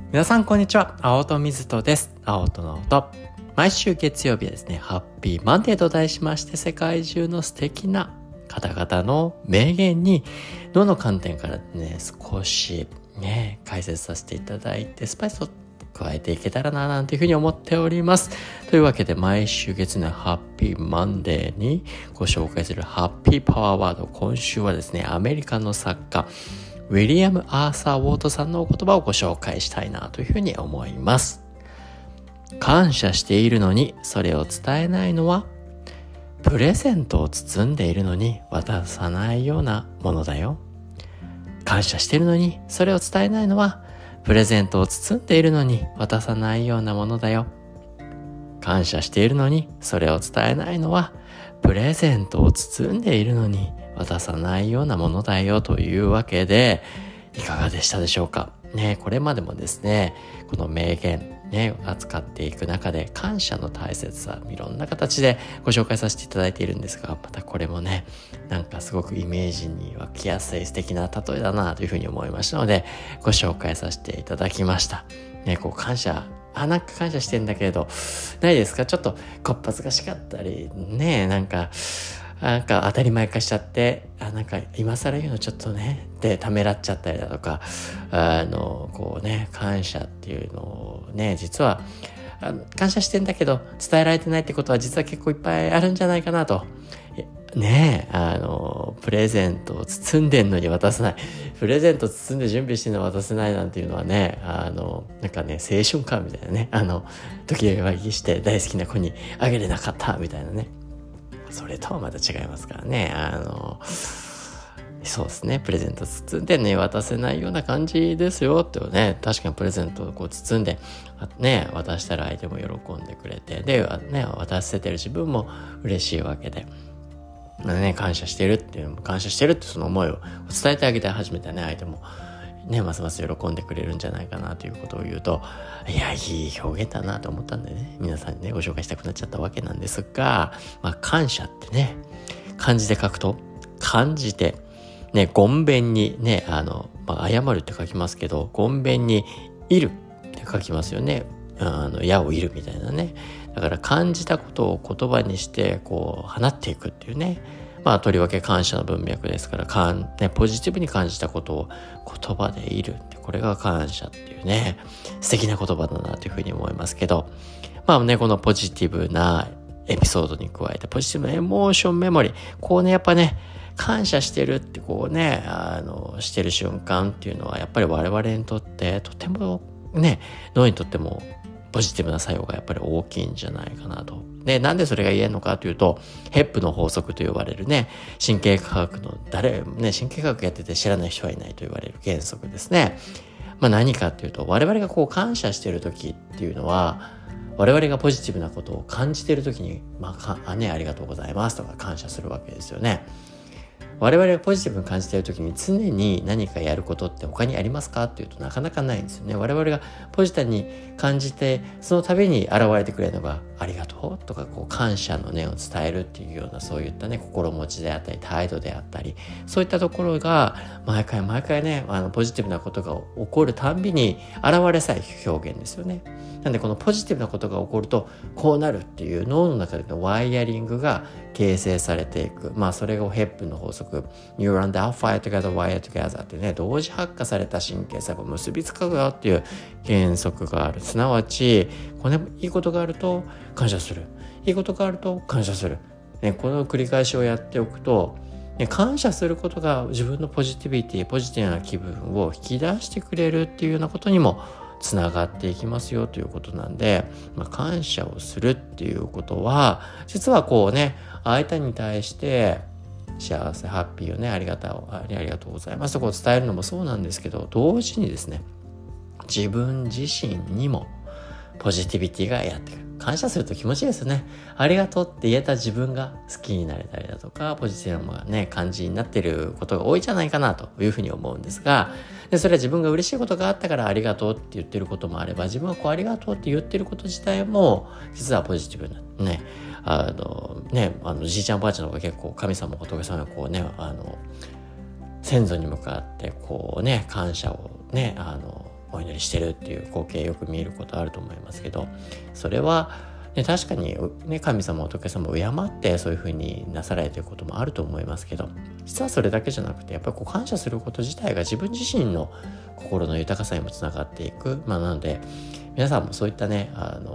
皆さんこんにちは。青戸水戸です。青戸の音。毎週月曜日はですね、ハッピーマンデーと題しまして、世界中の素敵な方々の名言にどの観点からね、少しね、解説させていただいて、スパイスを加えていけたらななんていうふうに思っております。というわけで毎週月のハッピーマンデーにご紹介するハッピーパワーワード。今週はですね、アメリカの作家ウィリアム・アーサー・ウォートさんのお言葉をご紹介したいなというふうに思います。感謝しているのにそれを伝えないのは、プレゼントを包んでいるのに渡さないようなものだよ。感謝しているのにそれを伝えないのは、プレゼントを包んでいるのに渡さないようなものだよ。感謝しているのにそれを伝えないのは、プレゼントを包んでいるのに渡さないようなものだよというわけで、いかがでしたでしょうかね。これまでもですね、この名言ね、扱っていく中で感謝の大切さ、いろんな形でご紹介させていただいているんですが、またこれもね、なんかすごくイメージに湧きやすい素敵な例えだなというふうに思いましたので、ご紹介させていただきました。ね、こう感謝、なんか感謝してんだけれど、ないですか？ちょっとこっぱずかしかったり、ね、なんか当たり前化しちゃって、なんか今更言うのちょっとね、でためらっちゃったりだとか、こうね、感謝っていうのをね、実は、感謝してんだけど伝えられてないってことは実は結構いっぱいあるんじゃないかなと。ねえ、プレゼントを包んでんのに渡せない。プレゼント包んで準備してんのに渡せないなんていうのはね、なんかね、青春感みたいなね、時が湧きして大好きな子にあげれなかったみたいなね。それとはまた違いますからね。そうですね。プレゼント包んでね、渡せないような感じですよってね。確かにプレゼントをこう包んで、ね、渡したら相手も喜んでくれて、で、ね、渡せてる自分も嬉しいわけで。ね、感謝してるってその思いを伝えてあげて初めてね、相手もね、ますます喜んでくれるんじゃないかなということを言うと、いや、いい表現だなと思ったんでね、皆さんにね、ご紹介したくなっちゃったわけなんですが、感謝ってね、漢字で書くと、漢字で、ね、ごんべんにね、謝るって書きますけど、ごんべんにいるって書きますよね。矢をいるみたいなね。だから感じたことを言葉にしてこう放っていくっていうね。とりわけ感謝の文脈ですから、ポジティブに感じたことを言葉でいるって、これが感謝っていうね、素敵な言葉だなというふうに思いますけど、このポジティブなエピソードに加えて、ポジティブなエモーションメモリー、こうね、やっぱね、感謝してるってこうね、してる瞬間っていうのはやっぱり我々にとってとてもね、脳にとってもポジティブな作用がやっぱり大きいんじゃないかなと。で、なんでそれが言えるのかというと、ヘップの法則と呼ばれるね、神経科学の神経科学やってて知らない人はいないと言われる原則ですね。何かっていうと、我々がこう感謝してる時っていうのは、我々がポジティブなことを感じている時に、ありがとうございますとか感謝するわけですよね。我々がポジティブに感じている時に常に何かやることって他にありますかっていうとなかなかないんですよね。我々がポジティブに感じてその度に現れてくれるのがありがとうとかこう感謝の念を伝えるっていうようなそういったね心持ちであったり態度であったりそういったところが毎回ねポジティブなことが起こるたんびに現れさえ表現ですよね。なんでこのポジティブなことが起こるとこうなるっていう脳の中でのワイヤリングが形成されていく。それをヘップの法則 Neuron that fire together wire together ってね、同時発火された神経細胞結びつかうよっていう原則がある。すなわちこれいいことがあると感謝する、いいことがあると感謝する、ね、この繰り返しをやっておくと、感謝することが自分のポジティブな気分を引き出してくれるっていうようなことにもつながっていきますよということなんで、感謝をするっていうことは実はこうね、相手に対して幸せハッピーをねありがとうございますとこう伝えるのもそうなんですけど、同時にですね自分自身にもポジティビティがやってくる。感謝すると気持ちいいですよね。ありがとうって言えた自分が好きになれたりだとかポジティブなね感じになっていることが多いじゃないかなというふうに思うんですが、でそれは自分が嬉しいことがあったからありがとうって言ってることもあれば、自分はこうありがとうって言ってること自体も実はポジティブなねじいちゃんおばあちゃんの方が結構神様仏様がこうね先祖に向かってこうね感謝をねお祈りしてるっていう光景よく見ることあると思いますけど、それは、ね、確かに、ね、神様仏様を敬ってそういうふうになさられていることもあると思いますけど、実はそれだけじゃなくてやっぱり感謝すること自体が自分自身の心の豊かさにもつながっていく、なので皆さんもそういったね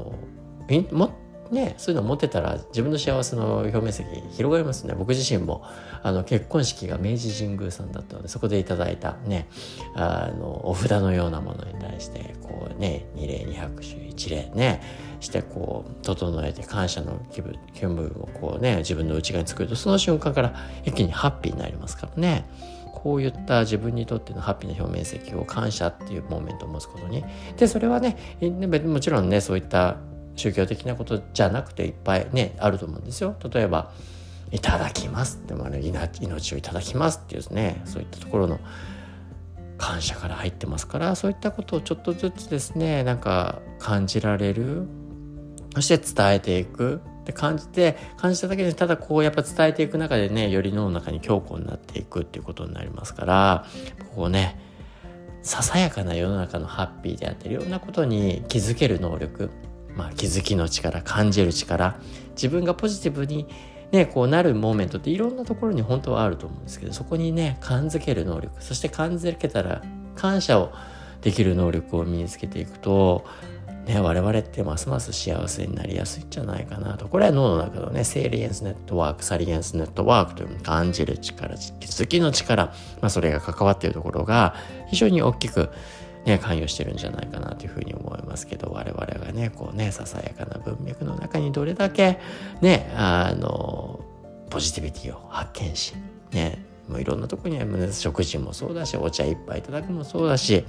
そういうの持ってたら自分の幸せの表面積広がりますね。僕自身も結婚式が明治神宮さんだったので、そこでいただいたねお札のようなものに対してこうね二礼二拍手一礼ねしてこう整えて感謝の気分をこうね自分の内側に作ると、その瞬間から一気にハッピーになりますからね。こういった自分にとってのハッピーな表面積を感謝っていうモーメントを持つことに、でそれはねもちろんねそういった宗教的なことじゃなくていっぱいねあると思うんですよ。例えばいただきますっても命をいただきますっていうね、そういったところの感謝から入ってますから、そういったことをちょっとずつですね感じられる、そして伝えていくで感じただけでただこうやっぱ伝えていく中でねより脳の中に強固になっていくっていうことになりますから、こうねささやかな世の中のハッピーであったりいろんなことに気づける能力、気づきの力、感じる力、自分がポジティブにねこうなるモーメントっていろんなところに本当はあると思うんですけど、そこにね感づける能力、そして感づけたら感謝をできる能力を身につけていくとね、我々ってますます幸せになりやすいんじゃないかなと。これは脳の中のねセリエンスネットワーク、サリエンスネットワークという感じる力、気づきの力、それが関わっているところが非常に大きくね、関与してるんじゃないかなというふうに思いますけど、我々がねこうねささやかな文脈の中にどれだけねポジティビティを発見しね、もういろんなところには食事もそうだし、お茶一杯いただくもそうだし、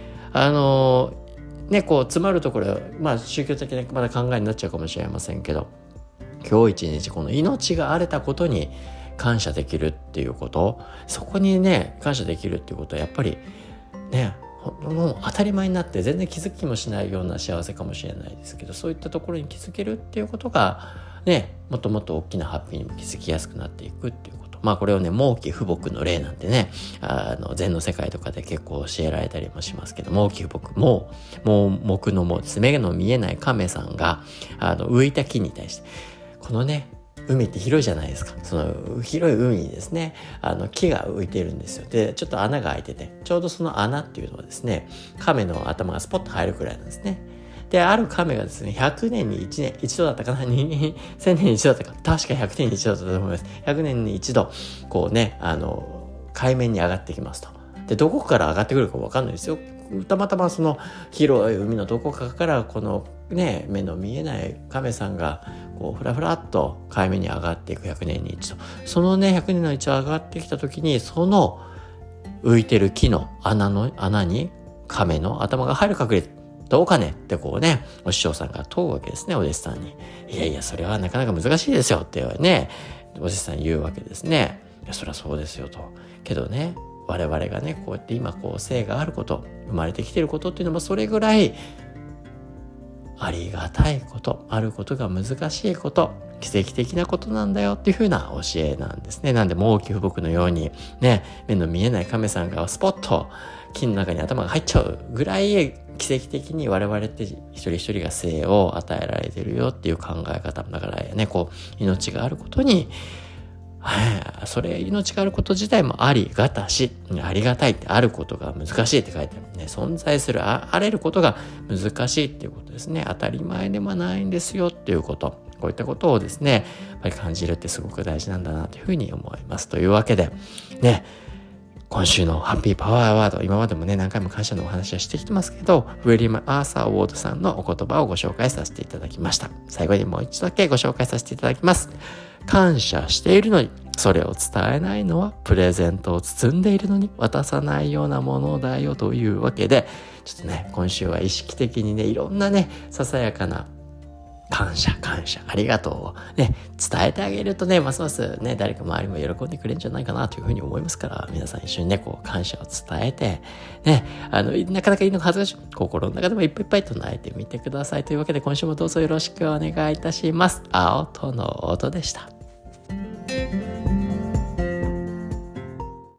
こう詰まるところは宗教的なまだ考えになっちゃうかもしれませんけど、今日一日この命があれたことに感謝できるっていうこと、そこにね感謝できるっていうことはやっぱりねもう当たり前になって全然気づきもしないような幸せかもしれないですけど、そういったところに気づけるっていうことがねもっともっと大きなハッピーにも気づきやすくなっていくっていうこと、これをね盲気不牧の例なんてね禅の世界とかで結構教えられたりもしますけど、盲気不牧もう木のです目の見えない亀さんが浮いた木に対して、このね海って広いじゃないですか。その広い海にですね木が浮いているんですよ。でちょっと穴が開いてて、ちょうどその穴っていうのはですね亀の頭がスポッと入るくらいなんですね。である亀がですね100年に一度だったかな1000年に一度だったか、確か100年に一度だったと思います。100年に一度こうね海面に上がってきますと。でどこから上がってくるか分かんないですよ。たまたまその広い海のどこかからこのね目の見えない亀さんがこうふらふらっと海面に上がっていく、100年に一度、そのね100年の一度上がってきた時に、その浮いてる木の穴に亀の頭が入る確率どうかねってこうねお師匠さんが問うわけですね、お弟子さんに。いやいやそれはなかなか難しいですよってねお弟子さん言うわけですね。いやそりゃそうですよと。けどね我々がねこうやって今こう生があること、生まれてきていることっていうのもそれぐらいありがたいこと、あることが難しいこと、奇跡的なことなんだよっていう風な教えなんですね。なんで盲気不牧のようにね目の見えない亀さんがスポッと木の中に頭が入っちゃうぐらい奇跡的に我々って一人一人が生を与えられているよっていう考え方だからね、こう命があることにそれ命があること自体もありがたし、ありがたいってあることが難しいって書いてあるね。存在するあれることが難しいっていうことですね。当たり前ではないんですよっていうこと、こういったことをですねやっぱり感じるってすごく大事なんだなというふうに思います。というわけでね、今週のハッピーパワーアワード、今までもね何回も感謝のお話はしてきてますけど、ウィリアム・アーサー・ウォードさんのお言葉をご紹介させていただきました。最後にもう一度だけご紹介させていただきます。感謝しているのにそれを伝えないのはプレゼントを包んでいるのに渡さないようなものだよというわけで、ちょっとね今週は意識的にねいろんなねささやかな感謝ありがとうをね伝えてあげるとねますますね誰か周りも喜んでくれるんじゃないかなというふうに思いますから、皆さん一緒にねこう感謝を伝えてねなかなかいいのが恥ずかしい心の中でもいっぱいいっぱい唱えてみてください。というわけで今週もどうぞよろしくお願いいたします。青との音でした。